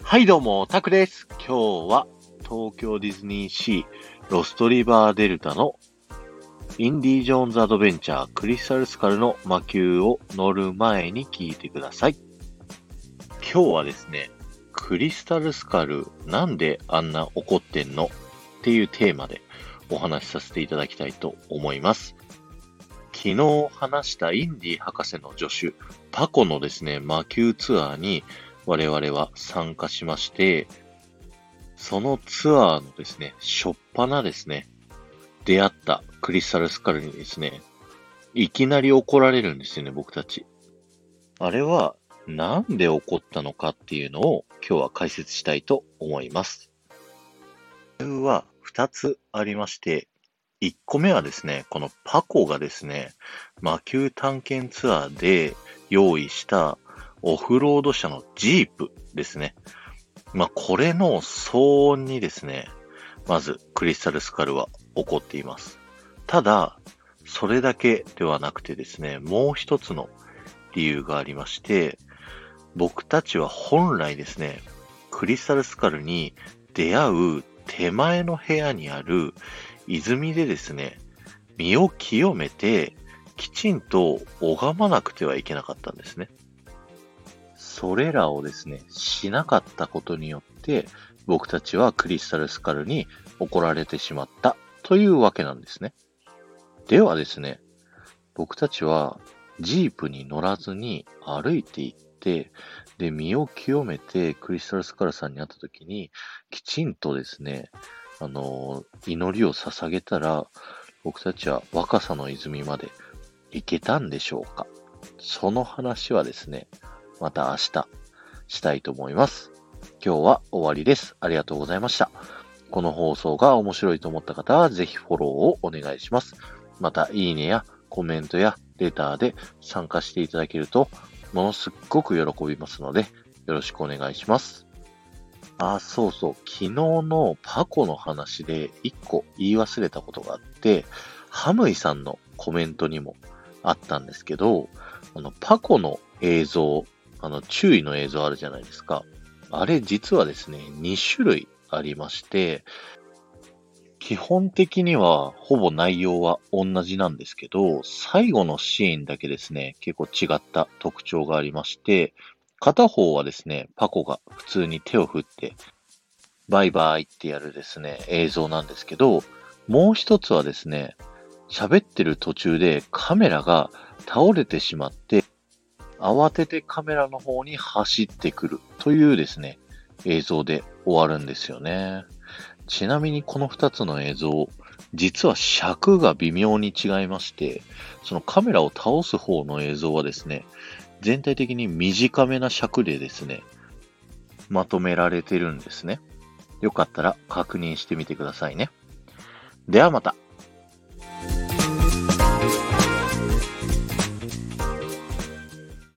はいどうも、タクです。今日は東京ディズニーシーロストリバーデルタのインディ・ジョーンズ・アドベンチャークリスタルスカルの魔球を乗る前に聞いてください。今日はですね、クリスタルスカルなんであんな怒ってんのっていうテーマでお話しさせていただきたいと思います。昨日話したインディ博士の助手、パコのですね、魔球ツアーに我々は参加しまして、そのツアーのですね、初っ端ですね、出会ったクリスタルスカルにですね、いきなり怒られるんですよね、僕たち。あれは、なんで怒ったのかっていうのを今日は解説したいと思います。理由は2つありまして、1個目はですね、このパコがですね、魔球探検ツアーで用意したオフロード車のジープですね。これの騒音にですね、まずクリスタルスカルは怒っています。ただ、それだけではなくてですね、もう一つの理由がありまして、僕たちは本来ですね、クリスタルスカルに出会う手前の部屋にある泉でですね、身を清めて、きちんと拝まなくてはいけなかったんですね。それらをですね、しなかったことによって、僕たちはクリスタルスカルに怒られてしまったというわけなんですね。ではですね、僕たちはジープに乗らずに歩いていって、で、身を清めてクリスタルスカルさんに会った時に、きちんとですね、祈りを捧げたら、僕たちは若さの泉まで行けたんでしょうか？その話はですね、また明日したいと思います。今日は終わりです。ありがとうございました。この放送が面白いと思った方はぜひフォローをお願いします。また、いいねやコメントやレターで参加していただけるとものすっごく喜びますのでよろしくお願いします。そうそう。昨日のパコの話で一個言い忘れたことがあって、ハムイさんのコメントにもあったんですけど、パコの映像、注意の映像あるじゃないですか。あれ実はですね、2種類ありまして、基本的にはほぼ内容は同じなんですけど、最後のシーンだけですね、結構違った特徴がありまして、片方はですね、パコが普通に手を振ってバイバイってやるですね、映像なんですけど、もう一つはですね、喋ってる途中でカメラが倒れてしまって、慌ててカメラの方に走ってくるというですね、映像で終わるんですよね。ちなみにこの2つの映像、実は尺が微妙に違いまして、そのカメラを倒す方の映像はですね、全体的に短めな尺でですね、まとめられてるんですね。よかったら確認してみてくださいね。ではまた。